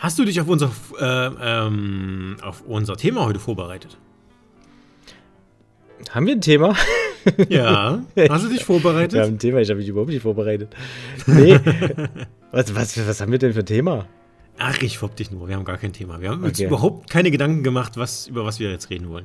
Hast du dich auf unser Thema heute vorbereitet? Haben wir ein Thema? Ja. Hast du dich vorbereitet? Wir haben ein Thema, ich habe mich überhaupt nicht vorbereitet. Nee. Was haben wir denn für ein Thema? Ach, ich fopp dich nur. Wir haben gar kein Thema. Wir haben uns überhaupt keine Gedanken gemacht, über was wir jetzt reden wollen.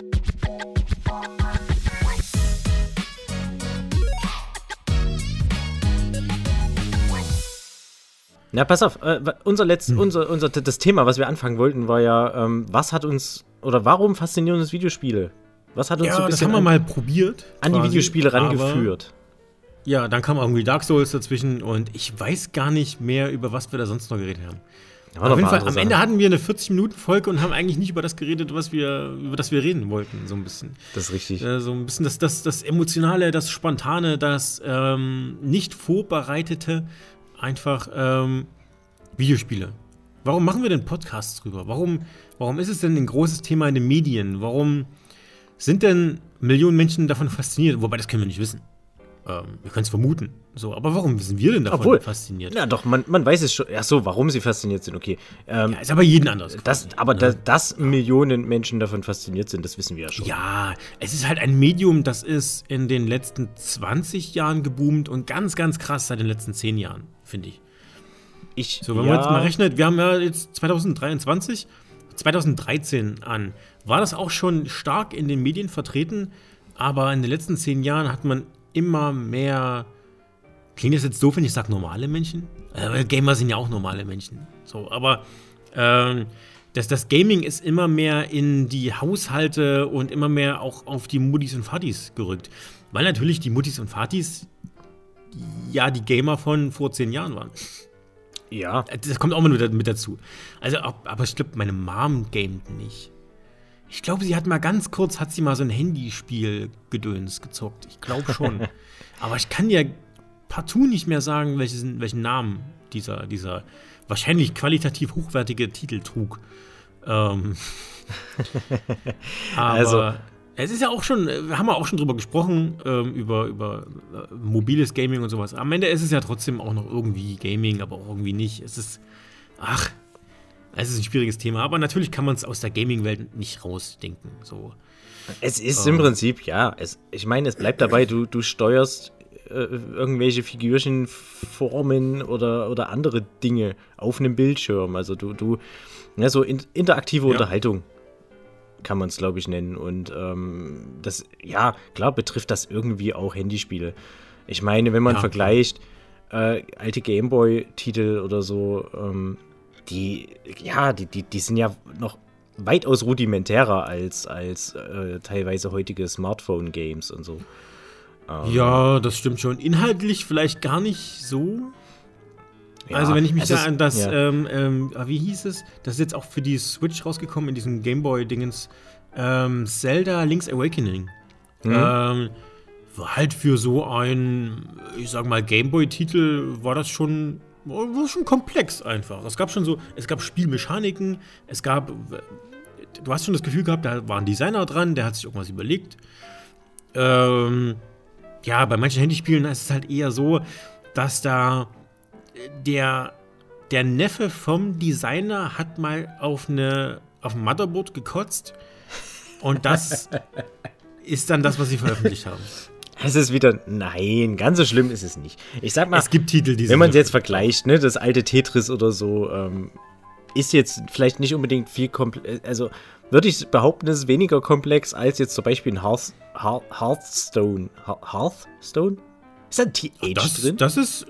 Na, pass auf. Das Thema, was wir anfangen wollten, war ja, warum faszinieren uns Videospiele? Was hat uns so ein bisschen das haben wir mal probiert. An die Videospiele rangeführt. Ja, dann kam irgendwie Dark Souls dazwischen und ich weiß gar nicht mehr, über was wir da sonst noch geredet haben. Auf jeden Fall, am Ende hatten wir eine 40-Minuten-Folge und haben eigentlich nicht über das geredet, über das wir reden wollten, so ein bisschen. Das ist richtig. So ein bisschen das Emotionale, das Spontane, das nicht Vorbereitete, einfach Videospiele. Warum machen wir denn Podcasts drüber? Warum ist es denn ein großes Thema in den Medien? Warum sind denn Millionen Menschen davon fasziniert? Wobei, das können wir nicht wissen. Wir können es vermuten. So, aber warum sind wir denn davon fasziniert? Ja, doch, man weiß es schon. Ach so, warum sie fasziniert sind, okay. Ist aber jeden anders. Dass Millionen Menschen davon fasziniert sind, das wissen wir ja schon. Ja, es ist halt ein Medium, das ist in den letzten 20 Jahren geboomt und ganz, ganz krass seit den letzten 10 Jahren, finde ich. Wenn man jetzt mal rechnet, wir haben ja jetzt 2023, 2013 an, war das auch schon stark in den Medien vertreten, aber in den letzten 10 Jahren hat man immer mehr, klingt das jetzt doof, wenn ich sage normale Menschen? Gamer sind ja auch normale Menschen. So, aber das Gaming ist immer mehr in die Haushalte und immer mehr auch auf die Muttis und Vatis gerückt. Weil natürlich die Muttis und Vatis ja die Gamer von vor 10 Jahren waren. Ja. Das kommt auch mal mit dazu. Also, aber ich glaube, meine Mom gamet nicht. Ich glaube, sie hat mal ganz kurz, so ein Handyspiel-Gedöns gezockt. Ich glaube schon. Aber ich kann ja partout nicht mehr sagen, welchen Namen dieser wahrscheinlich qualitativ hochwertige Titel trug. Aber also, es ist ja auch schon, wir haben ja auch schon drüber gesprochen, über mobiles Gaming und sowas. Am Ende ist es ja trotzdem auch noch irgendwie Gaming, aber auch irgendwie nicht. Es ist ein schwieriges Thema, aber natürlich kann man es aus der Gaming-Welt nicht rausdenken. So. Es ist im Prinzip, ja. Ich meine, es bleibt dabei, du steuerst irgendwelche Figürchen, Formen oder andere Dinge auf einem Bildschirm. Also so interaktive Unterhaltung kann man es, glaube ich, nennen. Und klar betrifft das irgendwie auch Handyspiele. Ich meine, wenn man vergleicht alte Gameboy-Titel oder so, die sind ja noch weitaus rudimentärer als teilweise heutige Smartphone-Games und so. Ja, das stimmt schon. Inhaltlich vielleicht gar nicht so. Ja, also wenn ich mich da an das, wie hieß es? Das ist jetzt auch für die Switch rausgekommen in diesem Gameboy-Dingens. Zelda Link's Awakening. War halt für so ein, ich sag mal, Gameboy-Titel war das schon komplex einfach. Es gab Spielmechaniken, du hast schon das Gefühl gehabt, da war ein Designer dran, der hat sich irgendwas überlegt. Bei manchen Handyspielen ist es halt eher so, dass da der Neffe vom Designer hat mal auf dem Motherboard gekotzt und das ist dann das, was sie veröffentlicht haben. Es ist wieder, nein, ganz so schlimm ist es nicht. Ich sag mal, es gibt Titel, die wenn man es jetzt vergleicht, ne, das alte Tetris oder so, ist jetzt vielleicht nicht unbedingt viel komplex, also würde ich behaupten, es ist weniger komplex als jetzt zum Beispiel ein Hearthstone. Hearthstone? Ist da ein TH drin? Das ist,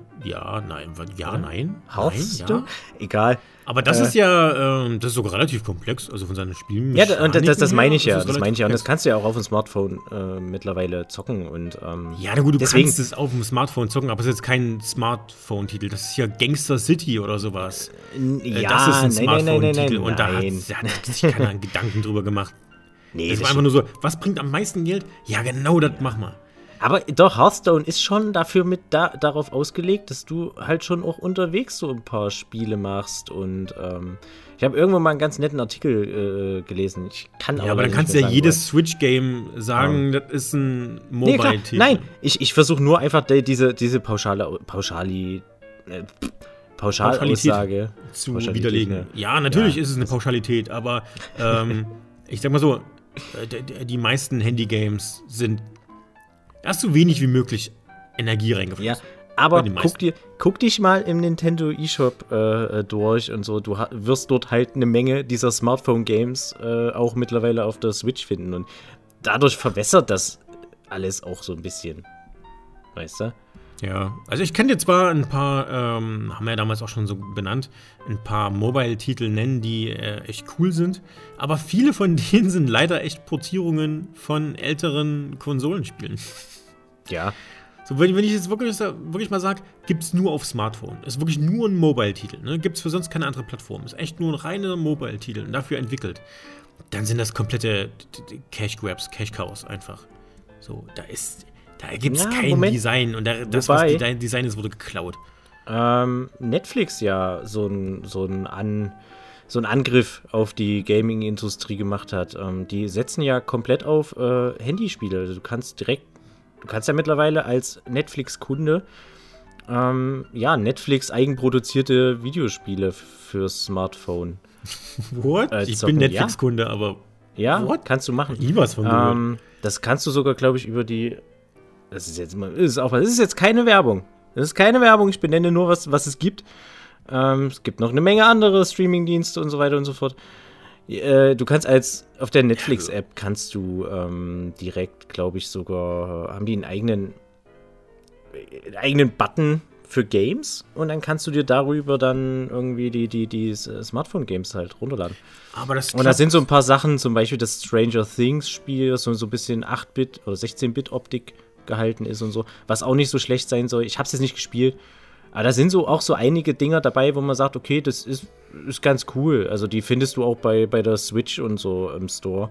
nein. Hearthstone? Egal. Aber das ist das ist sogar relativ komplex, also von seinen Spielen. Ja, und das meine ich ja. Und das kannst du ja auch auf dem Smartphone mittlerweile zocken. Und, ja, na gut, du kannst es auf dem Smartphone zocken, aber es ist jetzt kein Smartphone-Titel. Das ist ja Gangster City oder sowas. Das ist ein Smartphone-Titel. Und da hat sich keiner Gedanken drüber gemacht. Nee, das war einfach nur so, was bringt am meisten Geld? Ja, genau, das mach mal. Aber doch, Hearthstone ist schon dafür darauf ausgelegt, dass du halt schon auch unterwegs so ein paar Spiele machst. Und ich habe irgendwo mal einen ganz netten Artikel gelesen. Aber dann kannst du ja jedes Switch-Game sagen, das ist ein Mobile-Titel. Nein, ich versuche nur einfach diese Pauschalaussage zu widerlegen. Ja, natürlich ist es eine Pauschalität, aber ich sag mal so, die meisten Handy-Games sind erst so wenig wie möglich Energie reingeflossen. Ja, aber guck dich mal im Nintendo eShop durch und so. Du wirst dort halt eine Menge dieser Smartphone-Games auch mittlerweile auf der Switch finden. Und dadurch verwässert das alles auch so ein bisschen. Weißt du? Ja, also ich kann dir zwar ein paar, haben wir ja damals auch schon so benannt, ein paar Mobile-Titel nennen, die echt cool sind, aber viele von denen sind leider echt Portierungen von älteren Konsolenspielen. Ja. So, wenn ich jetzt wirklich mal sage, gibt's nur auf Smartphone. Ist wirklich nur ein Mobile-Titel, ne? Gibt's für sonst keine andere Plattform. Ist echt nur ein reiner Mobile-Titel und dafür entwickelt. Dann sind das komplette Cash-Grabs, Cash-Cows einfach. So, da gibt's kein Design und das, was Design ist, wurde geklaut. Netflix ja so ein Angriff auf die Gaming-Industrie gemacht hat. Die setzen ja komplett auf Handyspiele. Also du kannst ja mittlerweile als Netflix-Kunde Netflix eigenproduzierte Videospiele fürs Smartphone. What? Ich bin Netflix-Kunde, aber ja, what? Kannst du machen. Nie was von gehört. Das kannst du sogar, glaube ich, über die. Das ist jetzt keine Werbung. Das ist keine Werbung. Ich benenne nur, was es gibt. Es gibt noch eine Menge andere Streaming-Dienste und so weiter und so fort. Du kannst auf der Netflix-App kannst du direkt, glaube ich, sogar haben die einen eigenen Button für Games und dann kannst du dir darüber dann irgendwie die Smartphone-Games halt runterladen. Aber und da sind so ein paar Sachen, zum Beispiel das Stranger Things-Spiel, das so ein bisschen 8-Bit oder 16-Bit-Optik gehalten ist und so, was auch nicht so schlecht sein soll. Ich habe es jetzt nicht gespielt, aber da sind auch so einige Dinger dabei, wo man sagt, okay, das ist ganz cool. Also die findest du auch bei der Switch und so im Store.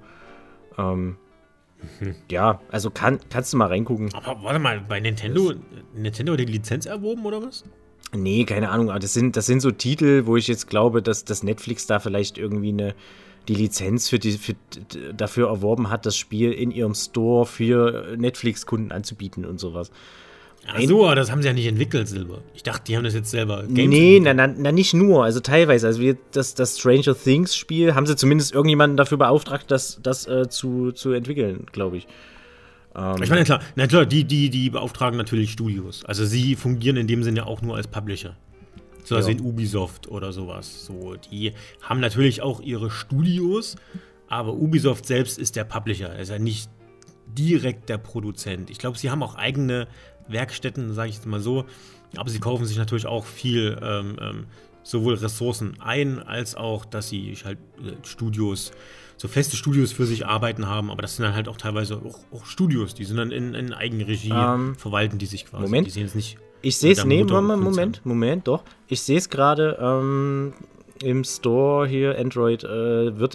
Ja, also kannst du mal reingucken. Aber warte mal, bei Nintendo hat die Lizenz erworben oder was? Nee, keine Ahnung, aber das sind so Titel, wo ich jetzt glaube, dass das Netflix da vielleicht irgendwie die Lizenz dafür erworben hat, das Spiel in ihrem Store für Netflix-Kunden anzubieten und sowas. Ach so, aber das haben sie ja nicht entwickelt, Silber. Ich dachte, die haben das jetzt selber nicht nur, also teilweise. Also das Stranger Things Spiel haben sie zumindest irgendjemanden dafür beauftragt, das zu entwickeln, glaube ich. Ich meine, klar, die beauftragen natürlich Studios. Also sie fungieren in dem Sinne auch nur als Publisher. So also in Ubisoft oder sowas. So, die haben natürlich auch ihre Studios, aber Ubisoft selbst ist der Publisher. Er ist ja nicht direkt der Produzent. Ich glaube, sie haben auch eigene Werkstätten, sage ich jetzt mal so, aber sie kaufen sich natürlich auch viel sowohl Ressourcen ein, als auch, dass sie halt Studios, so feste Studios für sich arbeiten haben, aber das sind dann halt auch teilweise auch Studios, die sind dann in Eigenregie, verwalten die sich quasi. Moment, die sehen es nicht. Ich sehe es, Moment, doch. Ich sehe es gerade im Store hier, Android, wird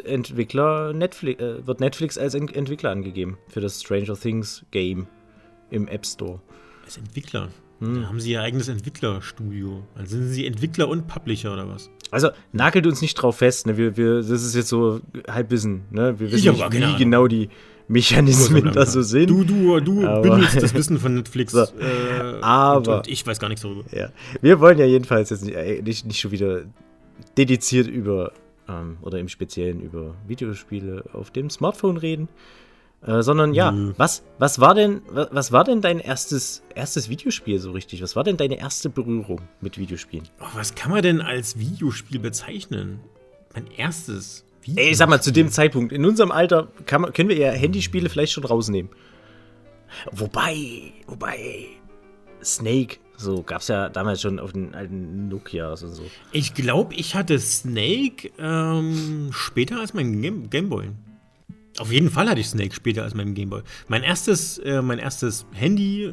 Netflix als Entwickler angegeben für das Stranger Things Game im App Store. Als Entwickler? Da haben sie ihr eigenes Entwicklerstudio. Dann sind sie Entwickler und Publisher oder was? Also nagelt uns nicht drauf fest, ne? Das ist jetzt so Halbwissen, ne? Wir wissen nicht, wie genau die Mechanismen da so sind. Du bündelst das Wissen von Netflix. So. Aber und ich weiß gar nichts darüber. Ja. Wir wollen ja jedenfalls jetzt nicht schon wieder dediziert über oder im Speziellen über Videospiele auf dem Smartphone reden. Sondern was war denn dein erstes Videospiel so richtig? Was war denn deine erste Berührung mit Videospielen? Oh, was kann man denn als Videospiel bezeichnen? Mein erstes Videospiel? Ey, sag mal, zu dem Zeitpunkt, in unserem Alter können wir ja Handyspiele vielleicht schon rausnehmen. Wobei, Snake, so gab's ja damals schon auf den alten Nokias und so. Ich glaube, ich hatte Snake später als mein Gameboy. Auf jeden Fall hatte ich Snake später als mein Gameboy. Mein erstes Handy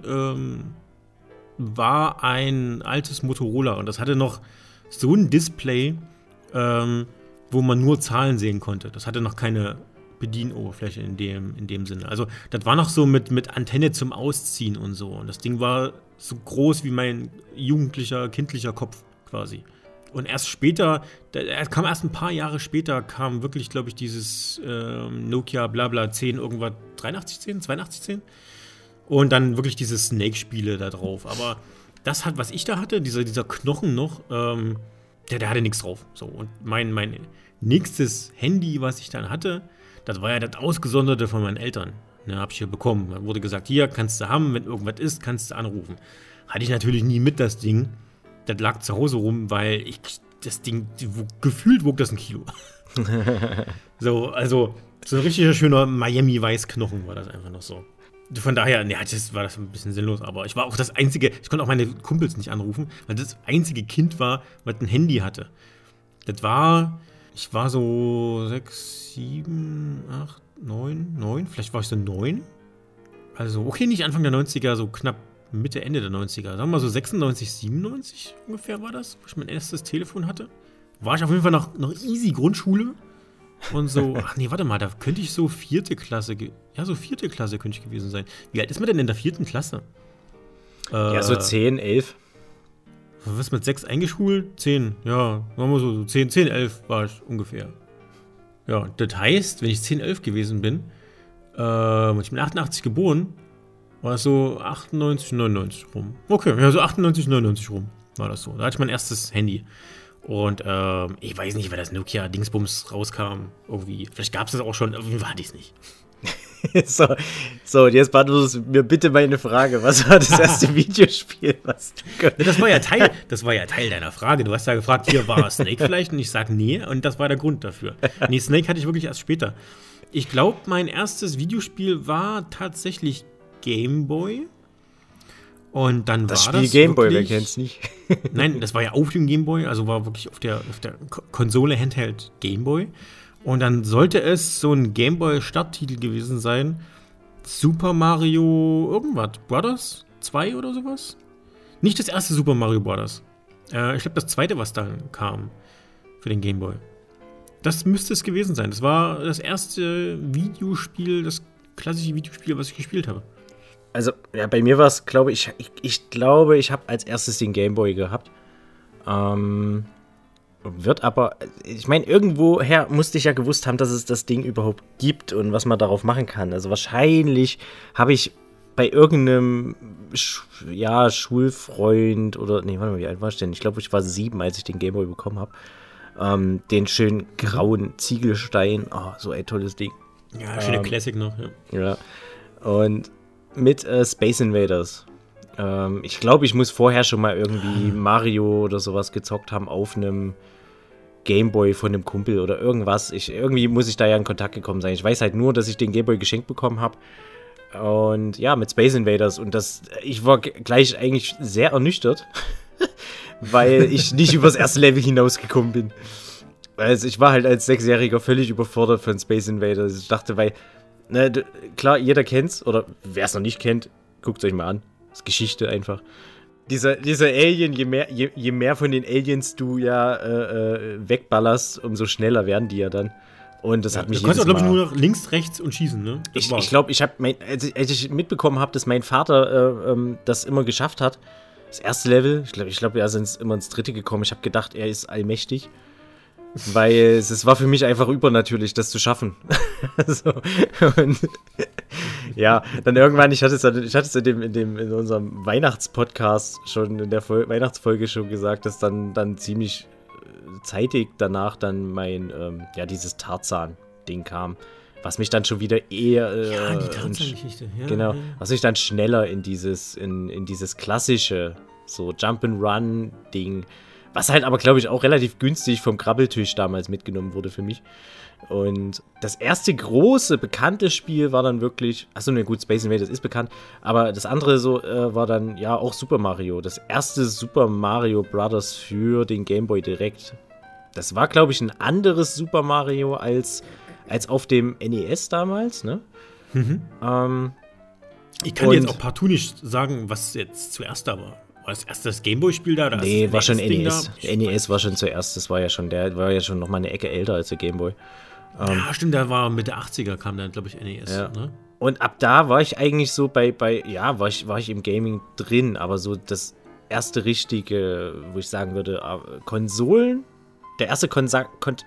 war ein altes Motorola und das hatte noch so ein Display, wo man nur Zahlen sehen konnte. Das hatte noch keine Bedienoberfläche in dem Sinne. Also das war noch so mit Antenne zum Ausziehen und so. Und das Ding war so groß wie mein kindlicher Kopf quasi. Und erst später, kam erst ein paar Jahre später, kam wirklich, glaube ich, dieses Nokia Blabla 10, irgendwas 8310, 8210. Und dann wirklich diese Snake-Spiele da drauf. Aber das hat, was ich da hatte, dieser Knochen noch, der hatte nichts drauf. So, und mein nächstes Handy, was ich dann hatte, das war ja das Ausgesonderte von meinen Eltern. Ne, hab ich hier bekommen. Da wurde gesagt, hier kannst du haben, wenn irgendwas ist, kannst du anrufen. Hatte ich natürlich nie mit, das Ding. Das lag zu Hause rum, weil das Ding, gefühlt wog das 1 Kilo. So ein richtiger schöner Miami-Weiß-Knochen war das einfach noch so. Von daher, das war das ein bisschen sinnlos, aber ich war auch das einzige, ich konnte auch meine Kumpels nicht anrufen, weil das einzige Kind war, was ein Handy hatte. Ich war so 6, 7, 8, 9, vielleicht war ich so 9. Also, okay, nicht Anfang der 90er, so knapp Mitte, Ende der 90er. Sagen wir mal so 96, 97 ungefähr war das, wo ich mein erstes Telefon hatte. War ich auf jeden Fall noch easy Grundschule. Und so, warte mal, da könnte ich so 4. Klasse, so 4. Klasse könnte ich gewesen sein. Wie alt ist man denn in der 4. Klasse? So 10, 11. Was mit 6 eingeschult? 10, ja, sagen wir so 10, 11 war ich ungefähr. Ja, das heißt, wenn ich 10, 11 gewesen bin, ich bin 88 geboren, war es so 98, 99 rum. Okay, ja, so 98, 99 rum war das so. Da hatte ich mein erstes Handy. Und ich weiß nicht, wer das Nokia-Dingsbums rauskam. Irgendwie. Vielleicht gab es das auch schon, irgendwie war dies nicht. So, jetzt beantwortest du mir bitte meine Frage. Was war das erste Videospiel, was du das war ja Teil deiner Frage. Du hast ja gefragt, hier war Snake vielleicht? Und ich sage, nee, und das war der Grund dafür. Nee, Snake hatte ich wirklich erst später. Ich glaube, mein erstes Videospiel war tatsächlich Game Boy. Und dann das war Spiel das Game Boy, wer kennt's nicht? Nein, das war ja auf dem Game Boy, also war wirklich auf der Konsole Handheld Game Boy. Und dann sollte es so ein Game Boy Starttitel gewesen sein. Super Mario irgendwas, Brothers 2 oder sowas? Nicht das erste Super Mario Brothers. Ich glaube das zweite, was dann kam für den Game Boy. Das müsste es gewesen sein. Das war das erste Videospiel, das klassische Videospiel, was ich gespielt habe. Also, ja, bei mir war es, glaube ich, ich habe als erstes den Game Boy gehabt. Wird aber, ich meine, irgendwoher musste ich ja gewusst haben, dass es das Ding überhaupt gibt und was man darauf machen kann. Also wahrscheinlich habe ich bei irgendeinem Schulfreund oder, warte mal, wie alt war ich denn? Ich glaube, ich war 7, als ich den Game Boy bekommen habe. Den schönen grauen Ziegelstein. Oh, so ein tolles Ding. Ja, schöne Classic noch, ja. Ja, und mit Space Invaders. Ich glaube, ich muss vorher schon mal irgendwie Mario oder sowas gezockt haben auf einem Gameboy von einem Kumpel oder irgendwas. Irgendwie muss ich da ja in Kontakt gekommen sein. Ich weiß halt nur, dass ich den Gameboy geschenkt bekommen habe. Und ja, mit Space Invaders. Und ich war gleich eigentlich sehr ernüchtert, weil ich nicht übers erste Level hinausgekommen bin. Also ich war halt als 6-Jähriger völlig überfordert von Space Invaders. Ich dachte, klar, jeder kennt's, oder wer es noch nicht kennt, guckt es euch mal an. Das ist Geschichte einfach. Dieser Alien, je mehr von den Aliens du wegballerst, umso schneller werden die ja dann. Und das hat mich du kannst auch, glaube ich, nur nach links, rechts und schießen, ne? Ich glaube, als ich mitbekommen habe, dass mein Vater das immer geschafft hat, das erste Level, ich glaube, wir sind immer ins dritte gekommen. Ich habe gedacht, er ist allmächtig. Weil es war für mich einfach übernatürlich, das zu schaffen. So. Und ja, dann irgendwann, ich hatte es in unserem Weihnachtspodcast schon, in der Weihnachtsfolge schon gesagt, dass dann ziemlich zeitig danach dann mein, dieses Tarzan-Ding kam. Was mich dann schon wieder eher die Tarzan-Geschichte, ja. Genau, was mich dann schneller in dieses klassische, so Jump-and-Run-Ding, was halt aber, glaube ich, auch relativ günstig vom Krabbeltisch damals mitgenommen wurde für mich. Und das erste große, bekannte Spiel war dann wirklich, gut, Space Invaders ist bekannt, aber das andere war dann ja auch Super Mario. Das erste Super Mario Brothers für den Game Boy direkt. Das war, glaube ich, ein anderes Super Mario als auf dem NES damals, ne? Mhm. Ich kann jetzt auch partout nicht sagen, was jetzt zuerst da war. War das erste das Gameboy-Spiel da? Nee, war schon NES. Der NES war schon zuerst. Das war ja schon noch mal eine Ecke älter als der Gameboy. Ja, stimmt, der war Mitte 80er, kam dann, glaube ich, NES. Ja. Ne? Und ab da war ich eigentlich so war ich im Gaming drin, aber so das erste richtige, wo ich sagen würde, Konsolen, der erste Kontakt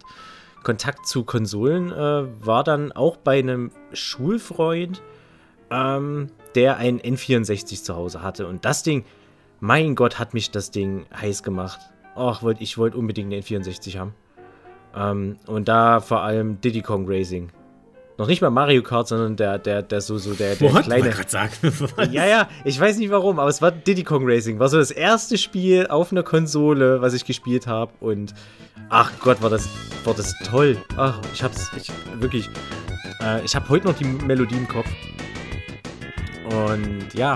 zu Konsolen war dann auch bei einem Schulfreund, der ein N64 zu Hause hatte. Und das Ding, mein Gott, hat mich das Ding heiß gemacht. Och, ich wollte unbedingt einen N64 haben. Und da vor allem Diddy Kong Racing. Noch nicht mal Mario Kart, sondern der kleine. Ja, ich weiß nicht warum, aber es war Diddy Kong Racing. War so das erste Spiel auf einer Konsole, was ich gespielt habe. Und ach Gott, war das toll. Ach, ich habe heute noch die Melodie im Kopf. Und ja,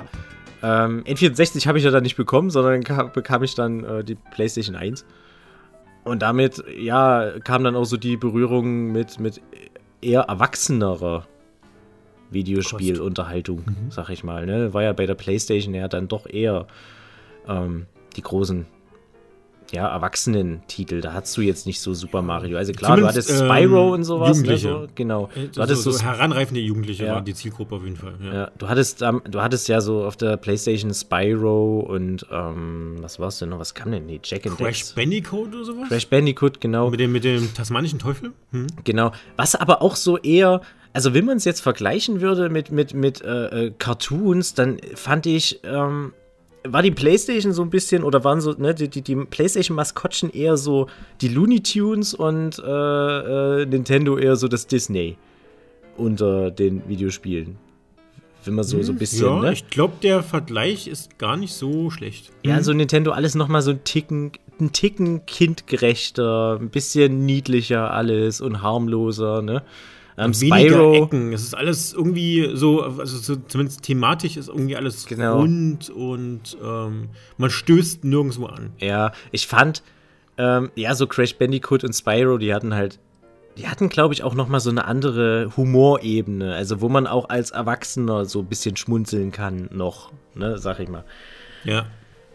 N64 habe ich ja dann nicht bekommen, sondern bekam ich dann die PlayStation 1. Und damit, ja, kam dann auch so die Berührung mit eher erwachsenerer Videospielunterhaltung, sag ich mal. Ne? War ja bei der PlayStation ja dann doch eher die großen, ja, Erwachsenen-Titel. Da hattest du jetzt nicht so Super Mario. Also klar, zumindest, du hattest Spyro und sowas. Jugendliche. Ne? So, genau. Du hattest so heranreifende Jugendliche waren die Zielgruppe auf jeden Fall. Ja, du hattest ja so auf der PlayStation Spyro und was war's denn noch? Was kam denn? Nee, Jack and Crash Bandicoot oder sowas? Crash Bandicoot, genau. Mit dem tasmanischen Teufel? Genau. Was aber auch so eher, also wenn man es jetzt vergleichen würde mit Cartoons, dann fand ich, war die PlayStation so ein bisschen, oder waren so, ne, die PlayStation-Maskottchen eher so die Looney Tunes und Nintendo eher so das Disney unter den Videospielen. Wenn man so ein bisschen, ja, ne? Ich glaube, der Vergleich ist gar nicht so schlecht. Ja, so Nintendo alles nochmal so ein Ticken kindgerechter, ein bisschen niedlicher alles und harmloser, ne? Spyro. Ecken. Es ist alles irgendwie so, also so, zumindest thematisch ist irgendwie alles rund und man stößt nirgendwo an. Ja, ich fand, so Crash Bandicoot und Spyro, die hatten, glaube ich, auch nochmal so eine andere Humorebene, also wo man auch als Erwachsener so ein bisschen schmunzeln kann noch, ne, sag ich mal. Ja.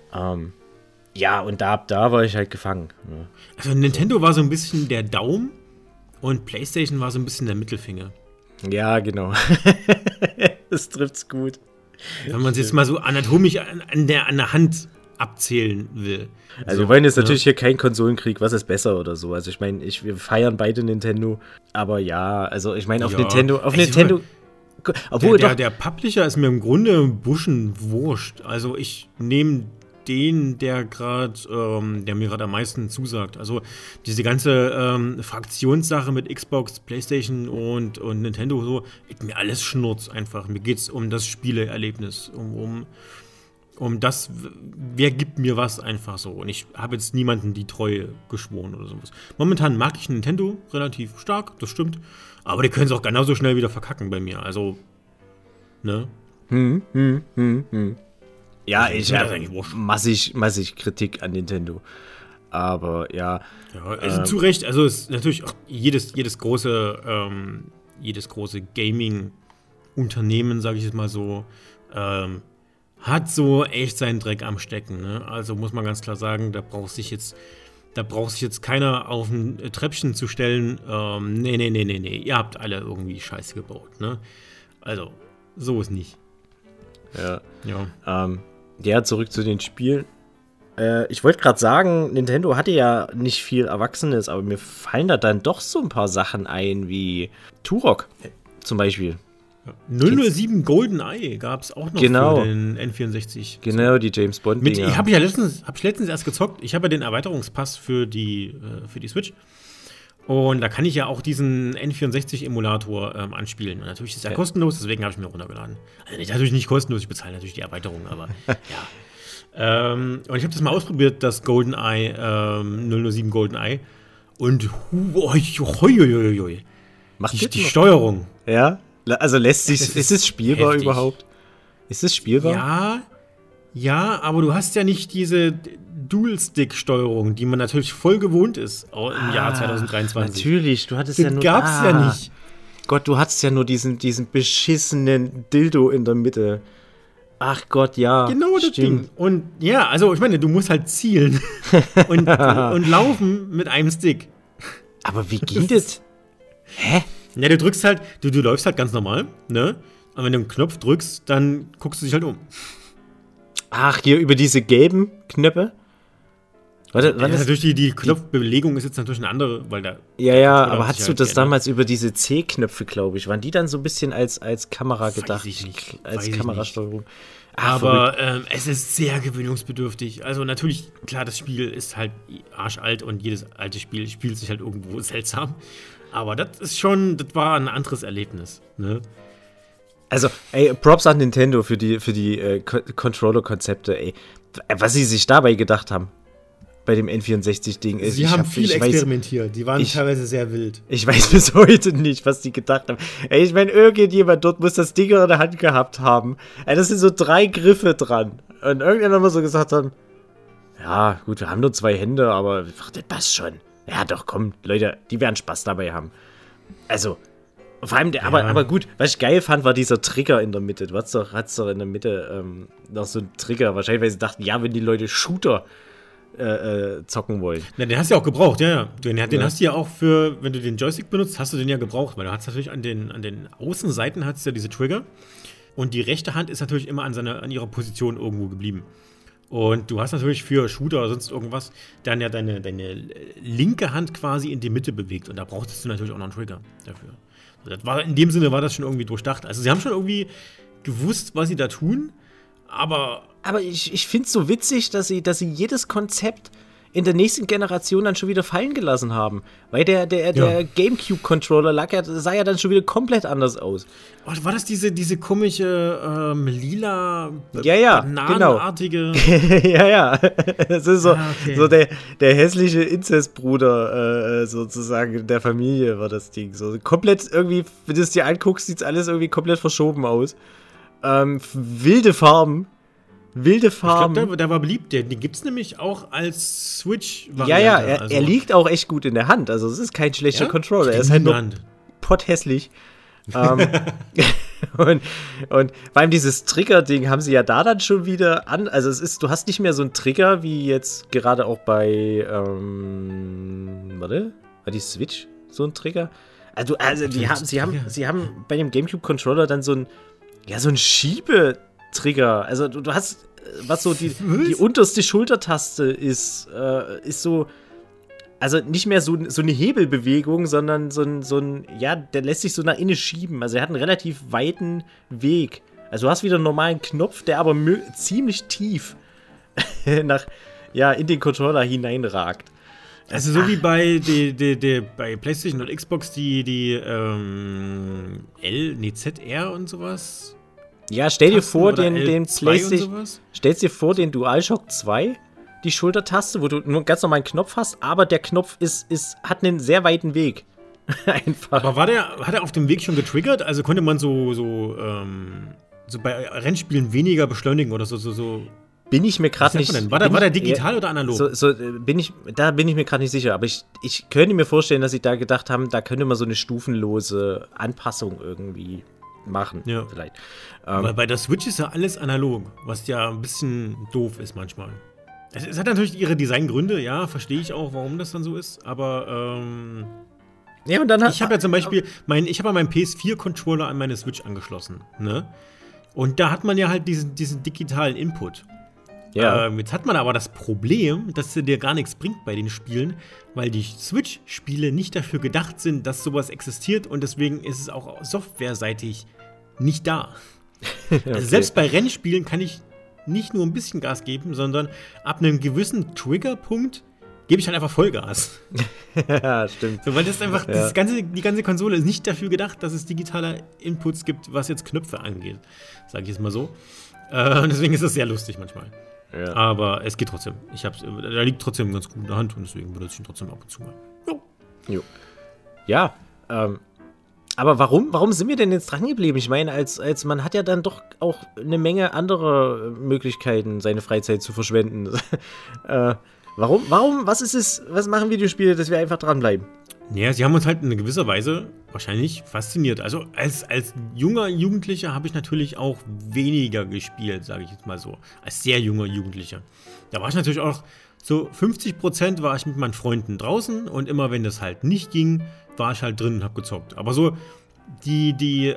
Ja, und da war ich halt gefangen. Ne? Also Nintendo war so ein bisschen der Daumen. Und PlayStation war so ein bisschen der Mittelfinger. Ja, genau. Das trifft's gut. Wenn man es jetzt mal so anatomisch an der Hand abzählen will. Also wir wollen jetzt natürlich hier keinen Konsolenkrieg, was ist besser oder so. Also ich meine, wir feiern beide Nintendo, aber ja, also ich meine auf Nintendo, obwohl der Publisher ist mir im Grunde ein bisschen wurscht. Also ich nehme den, der mir gerade am meisten zusagt. Also diese ganze Fraktionssache mit Xbox, PlayStation und Nintendo, so, ist mir alles Schnurz einfach. Mir geht's um das Spieleerlebnis, um das, wer gibt mir was einfach so. Und ich habe jetzt niemanden die Treue geschworen oder sowas. Momentan mag ich Nintendo relativ stark, das stimmt. Aber die können es auch genauso schnell wieder verkacken bei mir. Also, ne? Ja, ich habe massig Kritik an Nintendo. Aber ja. Ja, also zu Recht, also es ist natürlich auch jedes große Gaming-Unternehmen, sage ich jetzt mal so, hat so echt seinen Dreck am Stecken. Ne? Also muss man ganz klar sagen, da braucht sich jetzt keiner auf ein Treppchen zu stellen. Nee. Ihr habt alle irgendwie Scheiße gebaut. Ne? Also, so ist nicht. Ja, zurück zu den Spielen. Ich wollte gerade sagen, Nintendo hatte ja nicht viel Erwachsenes, aber mir fallen da dann doch so ein paar Sachen ein, wie Turok zum Beispiel. 007 GoldenEye gab es auch noch für den N64. Genau, die James Bond-Dinger. Hab ich letztens erst gezockt. Ich habe ja den Erweiterungspass für die Switch. Und da kann ich ja auch diesen N64-Emulator anspielen. Und natürlich ist er kostenlos, deswegen habe ich mir runtergeladen. Also natürlich nicht kostenlos, ich bezahle natürlich die Erweiterung, aber ja. Und ich habe das mal ausprobiert, das GoldenEye, 007 GoldenEye. Und macht die Steuerung. Ja? Also ist es spielbar heftig. Überhaupt? Ist es spielbar? Ja, aber du hast ja nicht diese Dual-Stick-Steuerung, die man natürlich voll gewohnt ist im Jahr 2023. Natürlich, du hattest ja nur... gab's ja nicht. Gott, du hattest ja nur diesen beschissenen Dildo in der Mitte. Ach Gott, ja. Genau das Ding. Und ja, also ich meine, du musst halt zielen und laufen mit einem Stick. Aber wie geht das? Hä? Ja, du drückst halt, du läufst halt ganz normal, ne? Und wenn du einen Knopf drückst, dann guckst du dich halt um. Ach, hier über diese gelben Knöpfe? Natürlich die Knopfbelegung ist jetzt natürlich eine andere, weil da. Ja, aber hast du das damals über diese C-Knöpfe, glaube ich, waren die dann so ein bisschen als Kamera gedacht? Weiß ich nicht. Als Kamerasteuerung. Aber es ist sehr gewöhnungsbedürftig. Also natürlich, klar, das Spiel ist halt arschalt und jedes alte Spiel spielt sich halt irgendwo seltsam. Aber das war ein anderes Erlebnis, ne? Also, Props an Nintendo für die Controller-Konzepte, was sie sich dabei gedacht haben. Bei dem N64-Ding ist. Sie haben viel experimentiert. Die waren teilweise sehr wild. Ich weiß bis heute nicht, was die gedacht haben. Ich meine, irgendjemand dort muss das Ding in der Hand gehabt haben. Das sind so 3 Griffe dran. Und irgendjemand muss so gesagt haben, ja, gut, wir haben nur 2 Hände, aber das passt schon. Ja, doch, komm, Leute, die werden Spaß dabei haben. Also, vor allem, aber gut, was ich geil fand, war dieser Trigger in der Mitte. Du hat's doch in der Mitte noch so einen Trigger. Wahrscheinlich, weil sie dachten, ja, wenn die Leute Shooter zocken wollen. Na, den hast du ja auch gebraucht, ja. Den hast du ja auch wenn du den Joystick benutzt, hast du den ja gebraucht, weil du hast natürlich an den Außenseiten hast du ja diese Trigger und die rechte Hand ist natürlich immer an ihrer Position irgendwo geblieben. Und du hast natürlich für Shooter oder sonst irgendwas dann ja deine linke Hand quasi in die Mitte bewegt und da brauchtest du natürlich auch noch einen Trigger dafür. In dem Sinne war das schon irgendwie durchdacht. Also sie haben schon irgendwie gewusst, was sie da tun, aber ich finde es so witzig, dass sie jedes Konzept in der nächsten Generation dann schon wieder fallen gelassen haben. Weil der GameCube-Controller sah ja dann schon wieder komplett anders aus. Oh, war das diese komische lila, Genau. bananenartige? Ja. Das ist so, so der hässliche Inzestbruder sozusagen der Familie war das Ding. So komplett irgendwie, wenn du es dir anguckst, sieht es alles irgendwie komplett verschoben aus. Wilde Farben. Ich glaube, der war beliebt. Den gibt es nämlich auch als Switch-Variante. Ja, er liegt auch echt gut in der Hand. Also es ist kein schlechter Controller. Er ist halt nur potthässlich. und vor allem dieses Trigger-Ding haben sie ja da dann schon wieder an. Also du hast nicht mehr so einen Trigger, wie jetzt gerade auch bei war die Switch so ein Trigger? Also sie haben bei dem GameCube-Controller dann so ein Schiebetrigger. Also du hast, was so die unterste Schultertaste ist so, also nicht mehr so eine Hebelbewegung, sondern so ein, der lässt sich so nach innen schieben. Also er hat einen relativ weiten Weg. Also du hast wieder einen normalen Knopf, der aber ziemlich tief in den Controller hineinragt. Also so wie bei bei PlayStation und Xbox die ZR und sowas. Ja, stell dir vor, den PlayStation. Stellst dir vor, den DualShock 2, die Schultertaste, wo du nur einen ganz normalen Knopf hast, aber der Knopf hat einen sehr weiten Weg. Einfach. Aber hat er auf dem Weg schon getriggert? Also konnte man so bei Rennspielen weniger beschleunigen oder so? Bin ich mir gerade nicht. War der digital oder analog? Bin ich mir gerade nicht sicher. Aber ich könnte mir vorstellen, dass sie da gedacht haben, da könnte man so eine stufenlose Anpassung irgendwie machen. Ja. Vielleicht. Aber bei der Switch ist ja alles analog, was ja ein bisschen doof ist manchmal. Es hat natürlich ihre Designgründe, ja, verstehe ich auch, warum das dann so ist. Aber ja, und dann ich habe ja zum Beispiel meinen PS4-Controller an meine Switch angeschlossen, ne? Und da hat man ja halt diesen digitalen Input. Ja. Jetzt hat man aber das Problem, dass dir gar nichts bringt bei den Spielen, weil die Switch-Spiele nicht dafür gedacht sind, dass sowas existiert und deswegen ist es auch softwareseitig nicht da. Okay. Also selbst bei Rennspielen kann ich nicht nur ein bisschen Gas geben, sondern ab einem gewissen Triggerpunkt gebe ich halt einfach Vollgas. Ja, stimmt. So, weil das einfach, die ganze Konsole ist nicht dafür gedacht, dass es digitale Inputs gibt, was jetzt Knöpfe angeht. Sage ich jetzt mal so. Deswegen ist das sehr lustig manchmal. Ja. Aber es geht trotzdem. Da liegt trotzdem ganz gut in der Hand und deswegen benutze ich ihn trotzdem ab und zu mal. Jo. Ja, aber warum sind wir denn jetzt dran geblieben? Ich meine, als man hat ja dann doch auch eine Menge andere Möglichkeiten, seine Freizeit zu verschwenden. Warum? Was machen Videospiele, dass wir einfach dranbleiben? Ja, sie haben uns halt in gewisser Weise wahrscheinlich fasziniert. Also als junger Jugendlicher habe ich natürlich auch weniger gespielt, sage ich jetzt mal so. Als sehr junger Jugendlicher. Da war ich natürlich auch so 50% war ich mit meinen Freunden draußen und immer wenn das halt nicht ging, war ich halt drin und habe gezockt. Aber so die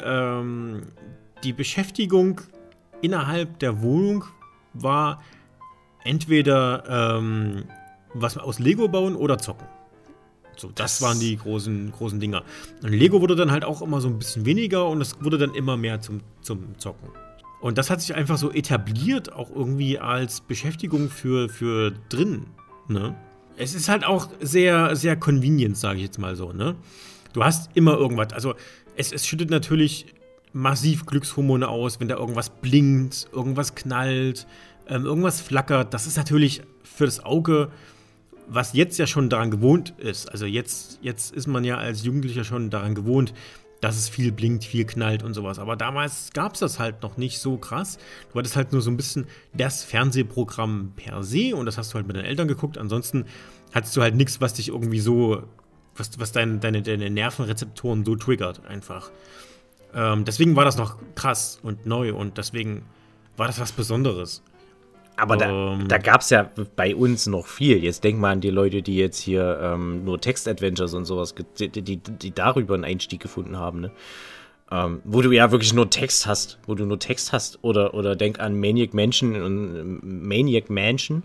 Beschäftigung innerhalb der Wohnung war entweder was aus Lego bauen oder zocken. So, das waren die großen Dinger. Und Lego wurde dann halt auch immer so ein bisschen weniger und es wurde dann immer mehr zum Zocken. Und das hat sich einfach so etabliert, auch irgendwie als Beschäftigung für drin, ne? Es ist halt auch sehr, sehr convenient, sage ich jetzt mal so, ne? Du hast immer irgendwas, also es schüttet natürlich massiv Glückshormone aus, wenn da irgendwas blinkt, irgendwas knallt, irgendwas flackert. Das ist natürlich für das Auge, was jetzt ja schon daran gewohnt ist. Also jetzt ist man ja als Jugendlicher schon daran gewohnt, dass es viel blinkt, viel knallt und sowas. Aber damals gab es das halt noch nicht so krass. Du hattest halt nur so ein bisschen das Fernsehprogramm per se und das hast du halt mit deinen Eltern geguckt. Ansonsten hattest du halt nichts, was dich irgendwie so, was deine Nervenrezeptoren so triggert einfach. Deswegen war das noch krass und neu und deswegen war das was Besonderes. Aber da gab es ja bei uns noch viel. Jetzt denk mal an die Leute, die jetzt hier nur Text-Adventures und sowas, die darüber einen Einstieg gefunden haben, ne? Wo du ja wirklich nur Text hast. Oder denk an Maniac Mansion und Maniac Mansion.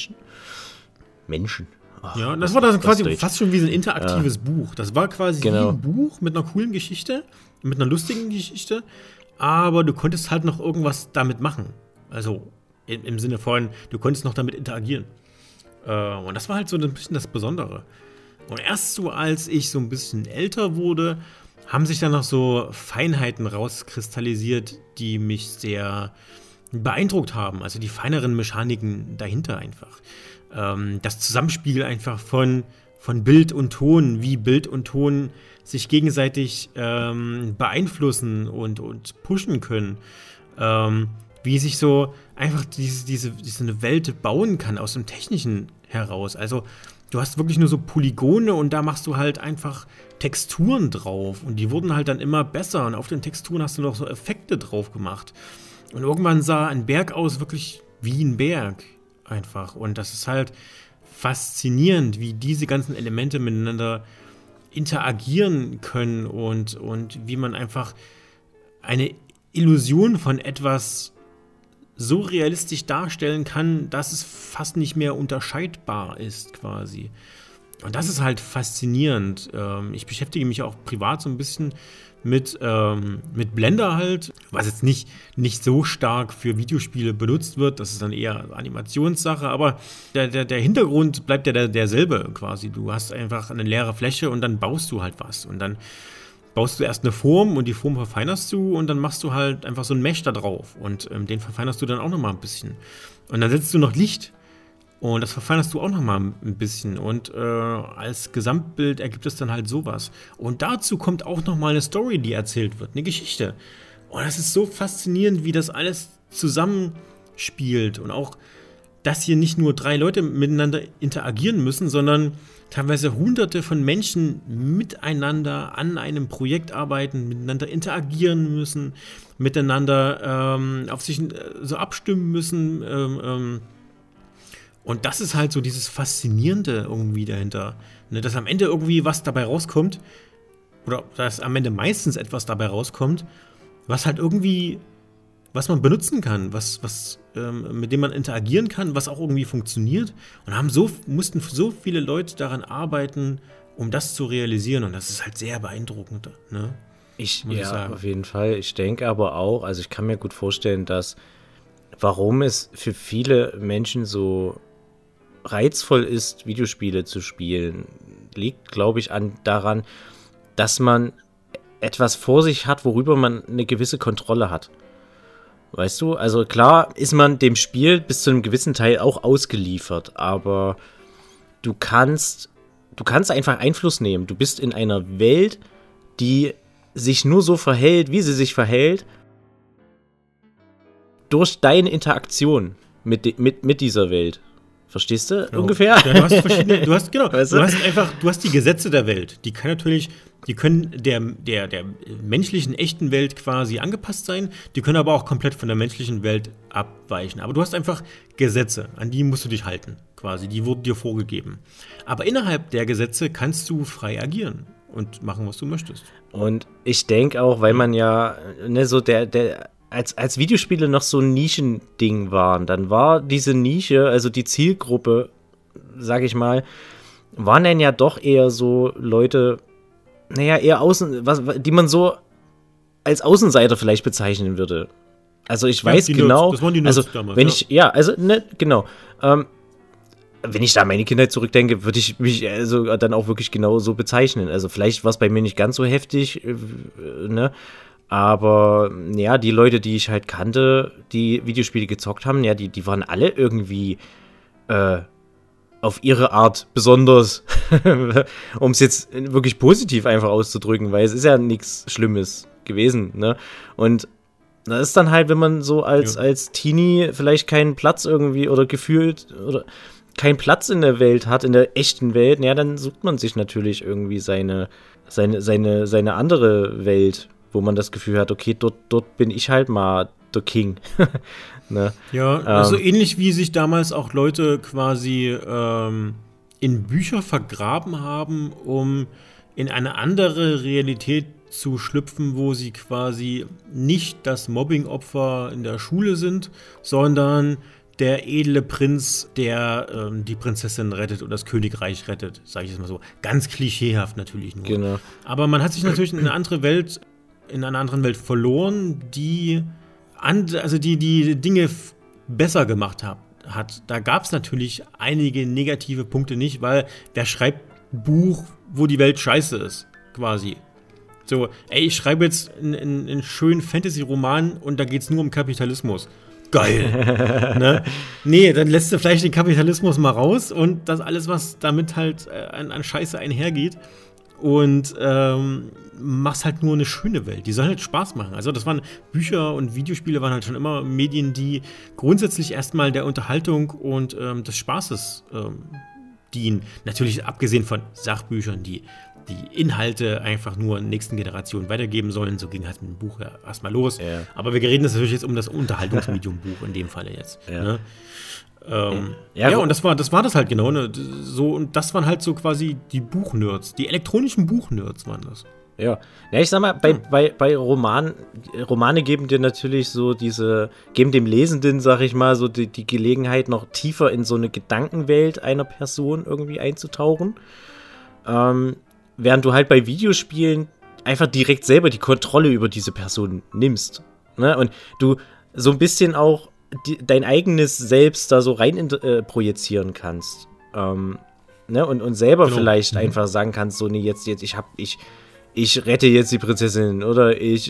Menschen? Ach, ja, das war dann quasi fast schon wie so ein interaktives Buch. Das war quasi wie ein Buch mit einer coolen Geschichte, mit einer lustigen Geschichte, aber du konntest halt noch irgendwas damit machen. Also im Sinne von, du konntest noch damit interagieren. Und das war halt so ein bisschen das Besondere. Und erst so, als ich so ein bisschen älter wurde, haben sich dann noch so Feinheiten rauskristallisiert, die mich sehr beeindruckt haben. Also die feineren Mechaniken dahinter einfach. Das Zusammenspiel einfach von Bild und Ton, wie Bild und Ton sich gegenseitig beeinflussen und pushen können. Wie sich so einfach diese Welt bauen kann aus dem Technischen heraus. Also du hast wirklich nur so Polygone und da machst du halt einfach Texturen drauf und die wurden halt dann immer besser und auf den Texturen hast du noch so Effekte drauf gemacht. Und irgendwann sah ein Berg aus wirklich wie ein Berg einfach. Und das ist halt faszinierend, wie diese ganzen Elemente miteinander interagieren können und wie man einfach eine Illusion von etwas so realistisch darstellen kann, dass es fast nicht mehr unterscheidbar ist quasi. Und das ist halt faszinierend. Ich beschäftige mich auch privat so ein bisschen mit Blender halt, was jetzt nicht so stark für Videospiele benutzt wird. Das ist dann eher Animationssache, aber der Hintergrund bleibt ja derselbe quasi. Du hast einfach eine leere Fläche und dann baust du halt was. Und dann baust du erst eine Form und die Form verfeinerst du und dann machst du halt einfach so ein Mesh da drauf und den verfeinerst du dann auch nochmal ein bisschen. Und dann setzt du noch Licht und das verfeinerst du auch nochmal ein bisschen und als Gesamtbild ergibt es dann halt sowas. Und dazu kommt auch nochmal eine Story, die erzählt wird, eine Geschichte. Und das ist so faszinierend, wie das alles zusammenspielt und auch, dass hier nicht nur 3 Leute miteinander interagieren müssen, sondern teilweise Hunderte von Menschen miteinander an einem Projekt arbeiten, miteinander interagieren müssen, miteinander auf sich so abstimmen müssen. Und das ist halt so dieses Faszinierende irgendwie dahinter. Ne, dass am Ende irgendwie was dabei rauskommt, oder dass am Ende meistens etwas dabei rauskommt, was halt irgendwie, was man benutzen kann, mit dem man interagieren kann, was auch irgendwie funktioniert. Und mussten so viele Leute daran arbeiten, um das zu realisieren. Und das ist halt sehr beeindruckend, ne? Ja, auf jeden Fall. Ich denke aber auch, also ich kann mir gut vorstellen, dass warum es für viele Menschen so reizvoll ist, Videospiele zu spielen, liegt, glaube ich, daran, dass man etwas vor sich hat, worüber man eine gewisse Kontrolle hat. Weißt du, also klar ist man dem Spiel bis zu einem gewissen Teil auch ausgeliefert, aber du kannst einfach Einfluss nehmen. Du bist in einer Welt, die sich nur so verhält, wie sie sich verhält, durch deine Interaktion mit dieser Welt. Verstehst du? Genau. Ungefähr? Ja, du hast die Gesetze der Welt. Die können der menschlichen, echten Welt quasi angepasst sein. Die können aber auch komplett von der menschlichen Welt abweichen. Aber du hast einfach Gesetze, an die musst du dich halten, quasi. Die wurden dir vorgegeben. Aber innerhalb der Gesetze kannst du frei agieren und machen, was du möchtest. Und ich denke auch, weil man ja, so als Videospiele noch so ein Nischending waren, dann war diese Nische, also die Zielgruppe, sage ich mal, waren dann ja doch eher so Leute, eher die man so als Außenseiter vielleicht bezeichnen würde. Also ich weiß genau, das waren die Nerds damals, genau. Wenn ich da an meine Kindheit zurückdenke, würde ich mich dann auch wirklich genau so bezeichnen. Also vielleicht war es bei mir nicht ganz so heftig, ne? Aber ja, die Leute, die ich halt kannte, die Videospiele gezockt haben, ja, die waren alle irgendwie auf ihre Art besonders, um es jetzt wirklich positiv einfach auszudrücken, weil es ist ja nichts Schlimmes gewesen, ne? Und das ist dann halt, wenn man so als Teenie vielleicht keinen Platz irgendwie oder gefühlt oder keinen Platz in der Welt hat, in der echten Welt, ja, dann sucht man sich natürlich irgendwie seine andere Welt, wo man das Gefühl hat, okay, dort bin ich halt mal der King. Ne? Ja, also ähnlich wie sich damals auch Leute quasi in Bücher vergraben haben, um in eine andere Realität zu schlüpfen, wo sie quasi nicht das Mobbing-Opfer in der Schule sind, sondern der edle Prinz, der die Prinzessin rettet oder das Königreich rettet, sage ich jetzt mal so. Ganz klischeehaft natürlich nur. Genau. Aber man hat sich natürlich in einer anderen Welt verloren, die Dinge besser gemacht hat. Da gab es natürlich einige negative Punkte nicht, weil wer schreibt ein Buch, wo die Welt scheiße ist, quasi. So, ich schreibe jetzt einen schönen Fantasy-Roman und da geht es nur um Kapitalismus. Geil. Ne? Nee, dann lässt du vielleicht den Kapitalismus mal raus und das alles, was damit halt an Scheiße einhergeht. Und machst halt nur eine schöne Welt. Die soll halt Spaß machen. Also das waren Bücher und Videospiele waren halt schon immer Medien, die grundsätzlich erstmal der Unterhaltung und des Spaßes dienen. Natürlich abgesehen von Sachbüchern, die Inhalte einfach nur nächsten Generationen weitergeben sollen. So ging halt mit dem Buch ja erstmal los. Ja. Aber wir reden natürlich jetzt um das Unterhaltungsmedium Buch in dem Falle jetzt. Ja. Ne? Und das war das halt genau. Ne? So, und das waren halt so quasi die Buchnerds. Die elektronischen Buchnerds waren das. Ja, ich sag mal, bei Romane geben dir natürlich so geben dem Lesenden, sag ich mal, so die Gelegenheit, noch tiefer in so eine Gedankenwelt einer Person irgendwie einzutauchen. Während du halt bei Videospielen einfach direkt selber die Kontrolle über diese Person nimmst. Ne? Und du so ein bisschen auch dein eigenes Selbst da so rein projizieren kannst. Ne? Und selber vielleicht einfach sagen kannst, so, nee, jetzt, ich rette jetzt die Prinzessin oder ich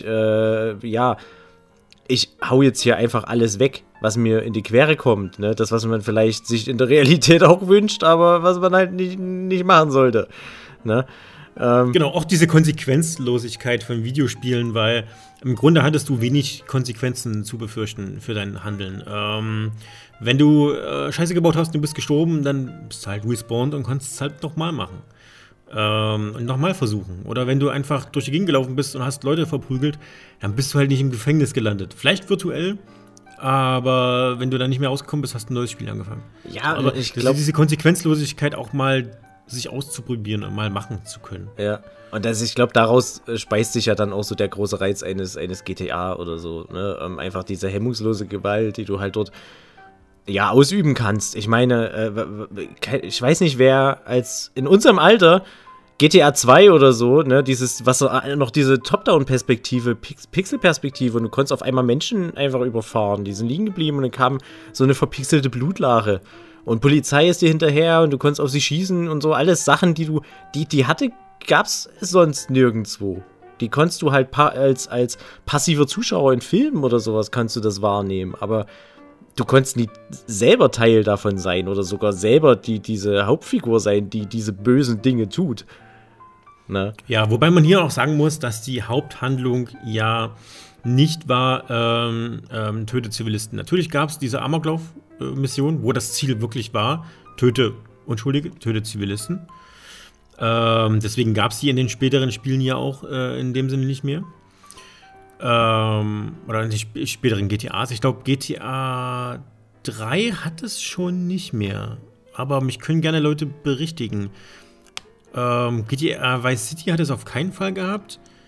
hau jetzt hier einfach alles weg, was mir in die Quere kommt. Ne? Das, was man vielleicht sich in der Realität auch wünscht, aber was man halt nicht machen sollte. Ne? Genau, auch diese Konsequenzlosigkeit von Videospielen, weil im Grunde hattest du wenig Konsequenzen zu befürchten für dein Handeln. Wenn du Scheiße gebaut hast und du bist gestorben, dann bist du halt respawned und kannst es halt nochmal machen. Und nochmal versuchen. Oder wenn du einfach durch die Gegend gelaufen bist und hast Leute verprügelt, dann bist du halt nicht im Gefängnis gelandet. Vielleicht virtuell, aber wenn du dann nicht mehr rausgekommen bist, hast du ein neues Spiel angefangen. Ja, aber ich glaube, diese Konsequenzlosigkeit auch mal sich auszuprobieren und mal machen zu können. Ja, und ich glaube, daraus speist sich ja dann auch so der große Reiz eines GTA oder so, ne? Einfach diese hemmungslose Gewalt, die du halt dort ausüben kannst. Ich meine, ich weiß nicht, wer als in unserem Alter GTA 2 oder so, ne, noch diese Top-Down-Perspektive, Pixel-Perspektive, und du konntest auf einmal Menschen einfach überfahren, die sind liegen geblieben und dann kam so eine verpixelte Blutlache. Und Polizei ist dir hinterher und du konntest auf sie schießen und so. Alles Sachen, die gab's sonst nirgendwo. Die konntest du halt als passiver Zuschauer in Filmen oder sowas kannst du das wahrnehmen. Aber du konntest nie selber Teil davon sein oder sogar selber diese Hauptfigur sein, die diese bösen Dinge tut. Ne? Ja, wobei man hier auch sagen muss, dass die Haupthandlung ja nicht war, töte Zivilisten. Natürlich gab es diese Amoklauf-Mission, wo das Ziel wirklich war, töte Unschuldige, töte Zivilisten. Deswegen gab es die in den späteren Spielen ja auch in dem Sinne nicht mehr. Oder in den späteren GTAs. Ich glaube, GTA 3 hat es schon nicht mehr. Aber mich können gerne Leute berichtigen. GTA Vice City hat es auf keinen Fall gehabt.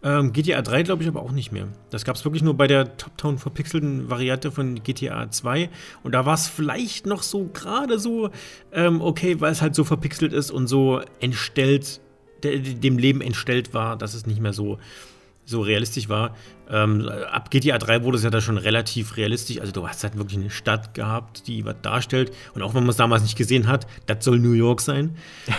GTA 3 glaube ich aber auch nicht mehr. Das gab es wirklich nur bei der Top-Down verpixelten Variante von GTA 2. Und da war es vielleicht noch so gerade so okay, weil es halt so verpixelt ist und so entstellt, dem Leben entstellt war, dass es nicht mehr so realistisch war. Ab GTA 3 wurde es ja da schon relativ realistisch. Also du hast halt wirklich eine Stadt gehabt, die was darstellt. Und auch wenn man es damals nicht gesehen hat, das soll New York sein.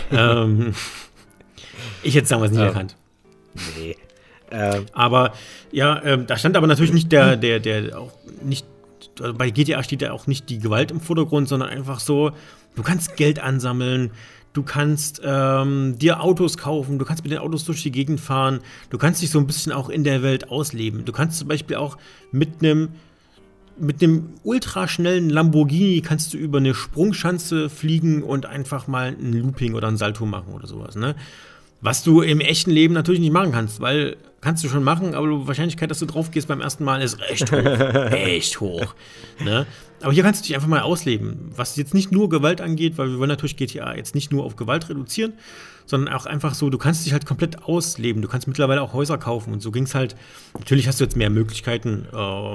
Ich hätte es damals nicht erkannt. Nee. Aber ja, da stand aber natürlich nicht der auch nicht, also bei GTA steht ja auch nicht die Gewalt im Vordergrund, sondern einfach so, du kannst Geld ansammeln, du kannst dir Autos kaufen, du kannst mit den Autos durch die Gegend fahren, du kannst dich so ein bisschen auch in der Welt ausleben. Du kannst zum Beispiel auch mit einem ultraschnellen Lamborghini kannst du über eine Sprungschanze fliegen und einfach mal ein Looping oder ein Salto machen oder sowas, ne? Was du im echten Leben natürlich nicht machen kannst, weil kannst du schon machen, aber die Wahrscheinlichkeit, dass du drauf gehst beim ersten Mal, ist recht hoch. Echt hoch. Ne? Aber hier kannst du dich einfach mal ausleben. Was jetzt nicht nur Gewalt angeht, weil wir wollen natürlich GTA jetzt nicht nur auf Gewalt reduzieren, sondern auch einfach so, du kannst dich halt komplett ausleben. Du kannst mittlerweile auch Häuser kaufen und so ging es halt. Natürlich hast du jetzt mehr Möglichkeiten,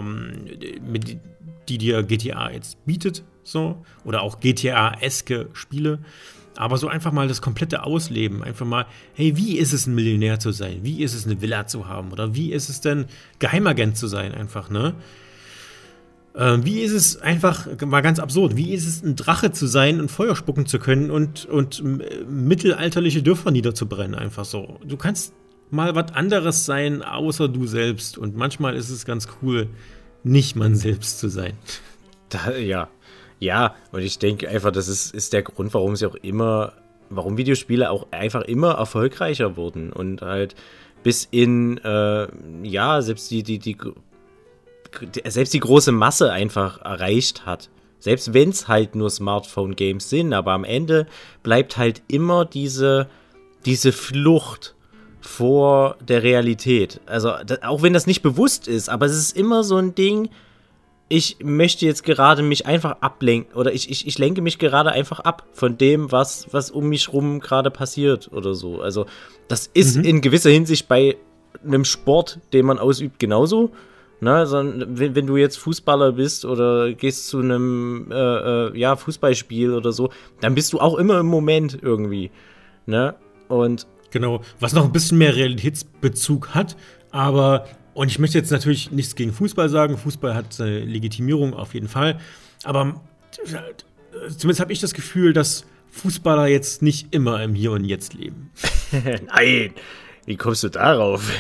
die dir GTA jetzt bietet, so. Oder auch GTA-eske Spiele. Aber so einfach mal das komplette Ausleben, einfach mal, hey, wie ist es, ein Millionär zu sein? Wie ist es, eine Villa zu haben? Oder wie ist es denn, Geheimagent zu sein, einfach, ne? Wie ist es einfach, mal ganz absurd, wie ist es, ein Drache zu sein und Feuer spucken zu können und mittelalterliche Dörfer niederzubrennen, einfach so. Du kannst mal was anderes sein, außer du selbst. Und manchmal ist es ganz cool, nicht man selbst zu sein. Ja, und ich denke einfach, das ist der Grund, warum Videospiele auch einfach immer erfolgreicher wurden und halt bis in, selbst selbst die große Masse einfach erreicht hat. Selbst wenn es halt nur Smartphone-Games sind, aber am Ende bleibt halt immer diese Flucht vor der Realität. Also, auch wenn das nicht bewusst ist, aber es ist immer so ein Ding, ich möchte jetzt gerade mich einfach ablenken oder ich lenke mich gerade einfach ab von dem, was um mich rum gerade passiert oder so. Also das ist in gewisser Hinsicht bei einem Sport, den man ausübt, genauso. Ne? Also, wenn du jetzt Fußballer bist oder gehst zu einem Fußballspiel oder so, dann bist du auch immer im Moment irgendwie. Ne? Und genau, was noch ein bisschen mehr Realitätsbezug hat, aber und ich möchte jetzt natürlich nichts gegen Fußball sagen. Fußball hat seine Legitimierung auf jeden Fall. Aber zumindest habe ich das Gefühl, dass Fußballer jetzt nicht immer im Hier und Jetzt leben. Nein, wie kommst du darauf?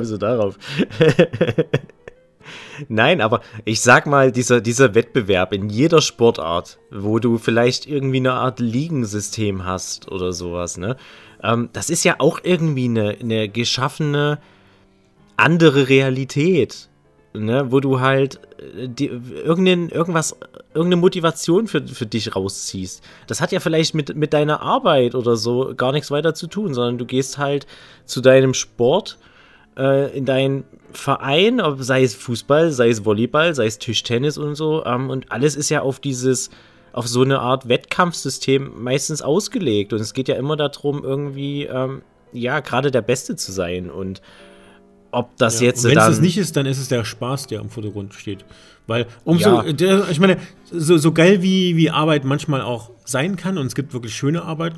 Nein, aber ich sag mal, dieser Wettbewerb in jeder Sportart, wo du vielleicht irgendwie eine Art Ligensystem hast oder sowas, ne? Das ist ja auch irgendwie eine geschaffene andere Realität, ne, wo du halt irgendeine Motivation für dich rausziehst. Das hat ja vielleicht mit deiner Arbeit oder so gar nichts weiter zu tun, sondern du gehst halt zu deinem Sport, in deinen Verein, sei es Fußball, sei es Volleyball, sei es Tischtennis und so, und alles ist ja auf so eine Art Wettkampfsystem meistens ausgelegt und es geht ja immer darum, irgendwie, gerade der Beste zu sein und ob das jetzt wenn es das nicht ist, dann ist es der Spaß, der im Vordergrund steht. Weil ich meine, so geil wie Arbeit manchmal auch sein kann, und es gibt wirklich schöne Arbeit,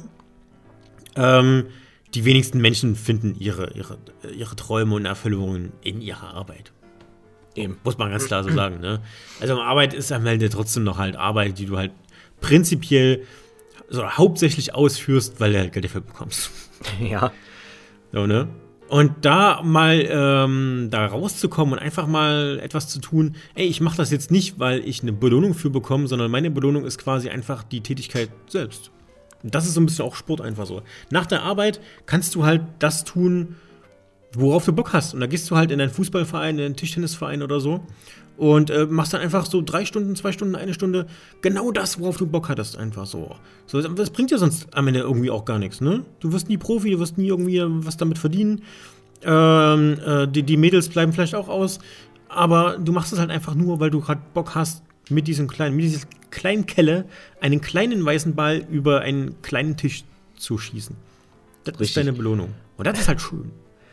die wenigsten Menschen finden ihre Träume und Erfüllungen in ihrer Arbeit. Eben. Muss man ganz klar so sagen, ne? Also Arbeit ist am Ende trotzdem noch halt Arbeit, die du halt prinzipiell hauptsächlich ausführst, weil du halt Geld dafür bekommst. Ja. So, ne? Und da mal da rauszukommen und einfach mal etwas zu tun, ich mache das jetzt nicht, weil ich eine Belohnung für bekomme, sondern meine Belohnung ist quasi einfach die Tätigkeit selbst. Und das ist so ein bisschen auch Sport einfach so. Nach der Arbeit kannst du halt das tun, worauf du Bock hast. Und da gehst du halt in einen Fußballverein, in einen Tischtennisverein oder so und machst dann einfach so 3 Stunden, 2 Stunden, 1 Stunde genau das, worauf du Bock hattest, einfach so. Das bringt dir sonst am Ende irgendwie auch gar nichts, ne? Du wirst nie Profi, du wirst nie irgendwie was damit verdienen. Die Mädels bleiben vielleicht auch aus, aber du machst es halt einfach nur, weil du gerade Bock hast, mit dieser kleinen Kelle einen kleinen weißen Ball über einen kleinen Tisch zu schießen. Das ist deine Belohnung. Und das ist halt schön.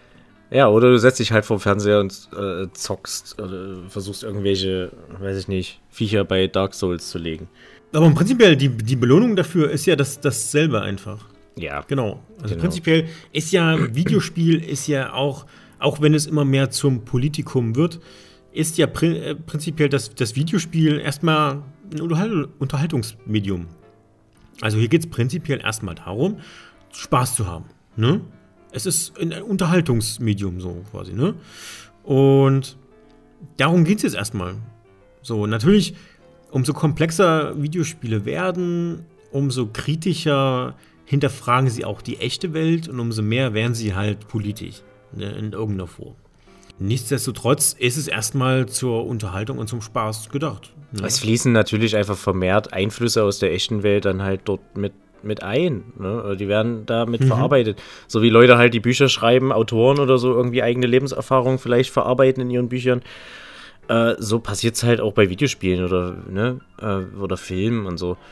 Ja, oder du setzt dich halt vor den Fernseher und zockst oder versuchst irgendwelche, weiß ich nicht, Viecher bei Dark Souls zu legen. Aber prinzipiell, die Belohnung dafür ist ja dasselbe einfach. Ja. Genau. Also prinzipiell ist ja, Videospiel ist ja auch wenn es immer mehr zum Politikum wird, ist ja prinzipiell das Videospiel erstmal ein Unterhaltungsmedium. Also hier geht es prinzipiell erstmal darum, Spaß zu haben. Ne? Es ist ein Unterhaltungsmedium so quasi. Ne? Und darum geht es jetzt erstmal. So, natürlich, umso komplexer Videospiele werden, umso kritischer hinterfragen sie auch die echte Welt und umso mehr werden sie halt politisch, ne, in irgendeiner Form. Nichtsdestotrotz ist es erstmal zur Unterhaltung und zum Spaß gedacht. Ne? Es fließen natürlich einfach vermehrt Einflüsse aus der echten Welt dann halt dort mit ein. Ne? Die werden damit verarbeitet. So wie Leute halt die Bücher schreiben, Autoren oder so irgendwie eigene Lebenserfahrungen vielleicht verarbeiten in ihren Büchern. So passiert es halt auch bei Videospielen oder Filmen und so.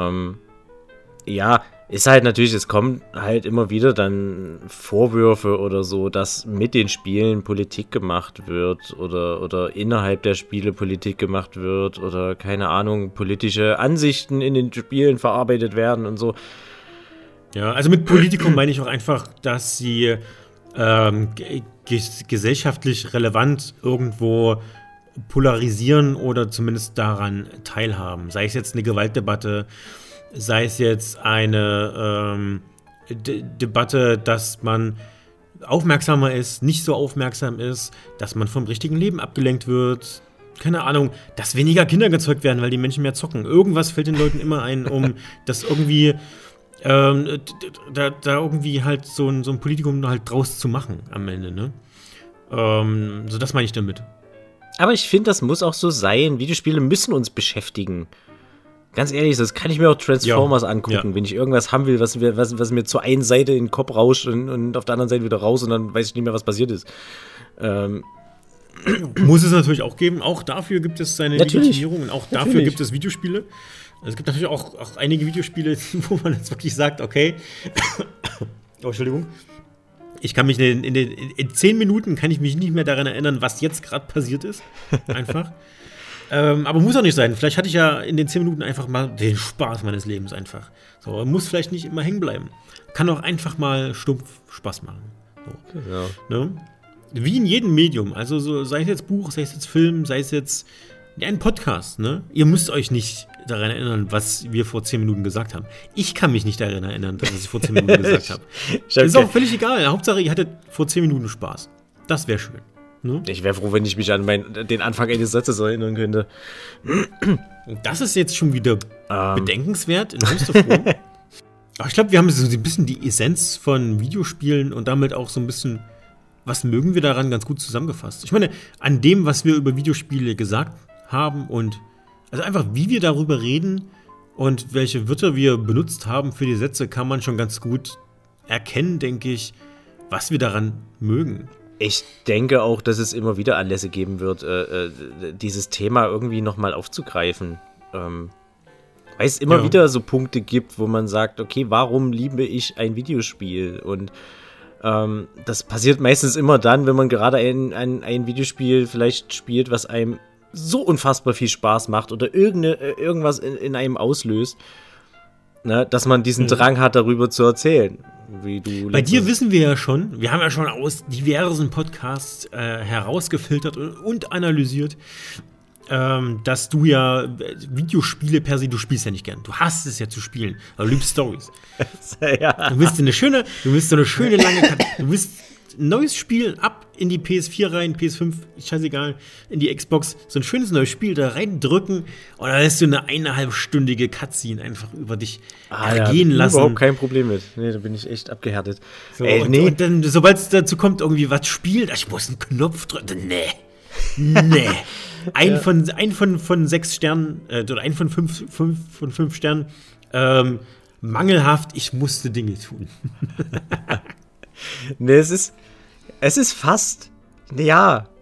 Ja, ist halt natürlich, es kommen halt immer wieder dann Vorwürfe oder so, dass mit den Spielen Politik gemacht wird oder innerhalb der Spiele Politik gemacht wird oder, keine Ahnung, politische Ansichten in den Spielen verarbeitet werden und so. Ja, also mit Politikum meine ich auch einfach, dass sie gesellschaftlich relevant irgendwo polarisieren oder zumindest daran teilhaben. Sei es jetzt eine Gewaltdebatte, sei es jetzt eine Debatte, dass man aufmerksamer ist, nicht so aufmerksam ist, dass man vom richtigen Leben abgelenkt wird. Keine Ahnung, dass weniger Kinder gezeugt werden, weil die Menschen mehr zocken. Irgendwas fällt den Leuten immer ein, um das irgendwie da irgendwie halt so ein Politikum halt draus zu machen am Ende, ne? So, das meine ich damit. Aber ich finde, das muss auch so sein. Videospiele müssen uns beschäftigen. Ganz ehrlich, das kann ich mir auch Transformers angucken, wenn ich irgendwas haben will, was mir zur einen Seite in den Kopf rauscht und auf der anderen Seite wieder raus und dann weiß ich nicht mehr, was passiert ist. Muss es natürlich auch geben. Auch dafür gibt es seine Legitimierung und auch dafür gibt es Videospiele. Also es gibt natürlich auch einige Videospiele, wo man jetzt wirklich sagt, okay, oh, Entschuldigung, ich kann mich in 10 Minuten kann ich mich nicht mehr daran erinnern, was jetzt gerade passiert ist. Einfach. Aber muss auch nicht sein. Vielleicht hatte ich ja in den 10 Minuten einfach mal den Spaß meines Lebens einfach. So, muss vielleicht nicht immer hängen bleiben. Kann auch einfach mal stumpf Spaß machen. So. Ja. Ne? Wie in jedem Medium. Also so, sei es jetzt Buch, sei es jetzt Film, sei es jetzt ein Podcast. Ne? Ihr müsst euch nicht daran erinnern, was wir vor 10 Minuten gesagt haben. Ich kann mich nicht daran erinnern, was ich vor 10 Minuten gesagt habe. Das ist auch völlig egal. Hauptsache, ihr hattet vor 10 Minuten Spaß. Das wäre schön. Ne? Ich wäre froh, wenn ich mich an den Anfang eines Satzes erinnern könnte. Das ist jetzt schon wieder bedenkenswert in höchster Form. Aber ich glaube, wir haben so ein bisschen die Essenz von Videospielen und damit auch so ein bisschen, was mögen wir daran, ganz gut zusammengefasst. Ich meine, an dem, was wir über Videospiele gesagt haben und also einfach, wie wir darüber reden und welche Wörter wir benutzt haben für die Sätze, kann man schon ganz gut erkennen, denke ich, was wir daran mögen. Ich denke auch, dass es immer wieder Anlässe geben wird, dieses Thema irgendwie nochmal aufzugreifen. Weil es immer wieder so Punkte gibt, wo man sagt, okay, warum liebe ich ein Videospiel? Und das passiert meistens immer dann, wenn man gerade ein Videospiel vielleicht spielt, was einem so unfassbar viel Spaß macht oder irgendwas in einem auslöst, ne, dass man diesen Drang hat, darüber zu erzählen. Wie du Bei dir wissen wir ja schon, wir haben ja schon aus diversen Podcasts herausgefiltert und analysiert, dass du ja Videospiele per se, du spielst ja nicht gern. Du hasst es ja zu spielen, aber du liebst Storys. Ja. Du willst so eine schöne lange Karte. Du willst ein neues Spiel ab in die PS4 rein, PS5, scheißegal, in die Xbox, so ein schönes neues Spiel da reindrücken und dann lässt du eine 1,5-stündige Cutscene einfach über dich ergehen lassen. Überhaupt kein Problem mit. Nee, da bin ich echt abgehärtet. So, und dann, sobald es dazu kommt, irgendwie was spielt, ich muss einen Knopf drücken. Nee. Ein von 6 Sternen, oder ein von 5 Sternen, mangelhaft, ich musste Dinge tun. Nee, es ist fast, ja,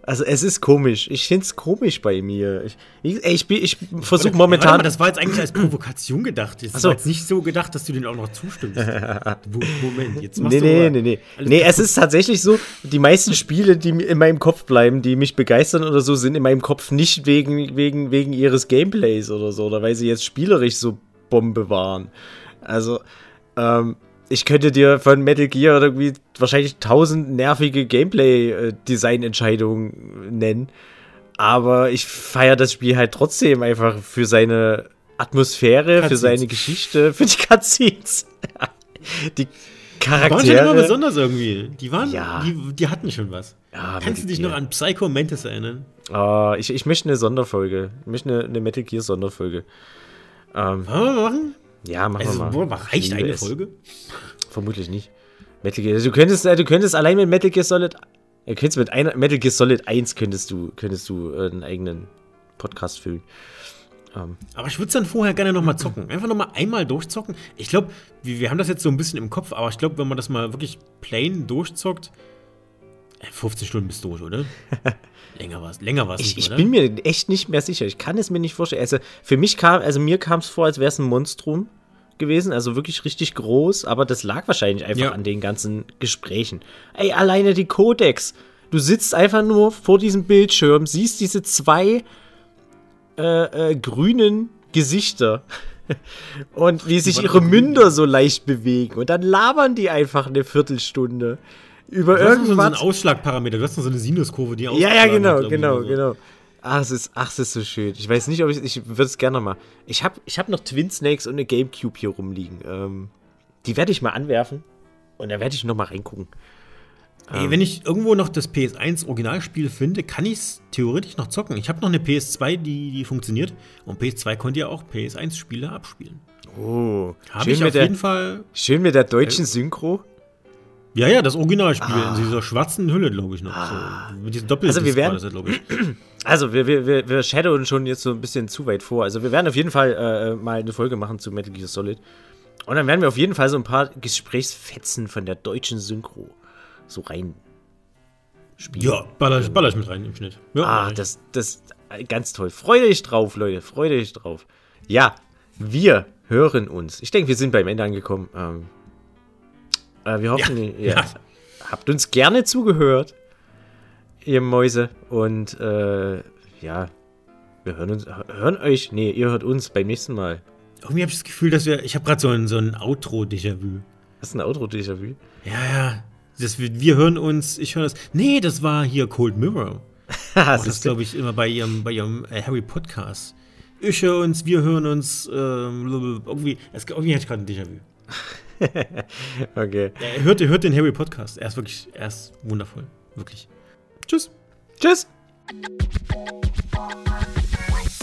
Also es ist komisch. Ich finde es komisch bei mir. Ich versuche momentan... Warte mal, das war jetzt eigentlich als Provokation gedacht. Das war jetzt nicht so gedacht, dass du denen auch noch zustimmst. Moment, jetzt machst du... Nee, es ist tatsächlich so, die meisten Spiele, die in meinem Kopf bleiben, die mich begeistern oder so, sind in meinem Kopf nicht wegen ihres Gameplays oder so, oder weil sie jetzt spielerisch so Bombe waren. Also, ich könnte dir von Metal Gear irgendwie wahrscheinlich 1000 nervige Gameplay-Design-Entscheidungen nennen. Aber ich feiere das Spiel halt trotzdem einfach für seine Atmosphäre, für seine Geschichte, für die Cutscenes. Die Charaktere. Die waren schon immer besonders irgendwie. Die hatten schon was. Ja, kannst du dich noch an Psycho Mantis erinnern? Ich möchte eine Sonderfolge. Ich möchte eine Metal Gear Sonderfolge. Wollen wir machen? Ja, machen wir mal. Reicht eine Folge? Vermutlich nicht. Metal Gear, du könntest allein mit Metal Gear Solid, Metal Gear Solid 1 könntest du einen eigenen Podcast füllen. Aber ich würde es dann vorher gerne nochmal zocken. Einfach nochmal einmal durchzocken. Ich glaube, wir haben das jetzt so ein bisschen im Kopf, aber ich glaube, wenn man das mal wirklich plain durchzockt, 15 Stunden bist du durch, oder? Länger war es nicht, Ich bin mir echt nicht mehr sicher. Ich kann es mir nicht vorstellen. Also mir kam es vor, als wäre es ein Monstrum gewesen, also wirklich richtig groß, aber das lag wahrscheinlich einfach an den ganzen Gesprächen. Ey, alleine die Codex. Du sitzt einfach nur vor diesem Bildschirm, siehst diese 2 grünen Gesichter und wie sich ihre Münder so leicht bewegen und dann labern die einfach eine Viertelstunde über irgendwas. So einen Ausschlagparameter, du hast noch so eine Sinuskurve, die ausschlagen. Ja, genau. Ach, es ist so schön. Ich weiß nicht, ob ich würde es gerne mal. Ich hab noch Twin Snakes und eine Gamecube hier rumliegen. Die werde ich mal anwerfen und da werde ich noch mal reingucken. Ey, wenn ich irgendwo noch das PS1 Originalspiel finde, kann ich es theoretisch noch zocken. Ich habe noch eine PS2, die funktioniert. Und PS2 konnte ja auch PS1-Spiele abspielen. Oh, habe ich auf jeden Fall. Schön mit der deutschen Synchro. Ja, das Originalspiel in dieser schwarzen Hülle, glaube ich noch. So, mit diesem Doppeldisk war das, glaube ich. Also wir shadowen schon jetzt so ein bisschen zu weit vor. Also wir werden auf jeden Fall mal eine Folge machen zu Metal Gear Solid. Und dann werden wir auf jeden Fall so ein paar Gesprächsfetzen von der deutschen Synchro so rein spielen. Ja, baller ich mit rein im Schnitt. Ja, das ganz toll. Freut euch drauf, Leute. Freut euch drauf. Ja, wir hören uns. Ich denke, wir sind beim Ende angekommen. Wir hoffen, ihr habt uns gerne zugehört, ihr Mäuse. Und wir ihr hört uns beim nächsten Mal. Irgendwie habe ich das Gefühl, ich habe gerade so ein Outro-Déjà-vu. Was ist ein Outro-Déjà-vu? Ja. Wir hören uns, ich höre das. Nee, das war hier Cold Mirror. Das ist, glaube ich, immer bei ihrem Harry Podcast. Wir hören uns, irgendwie hatte ich gerade ein Déjà-vu. Okay. Hört den Harry Podcast. Er ist wundervoll. Wirklich. Tschüss. Tschüss.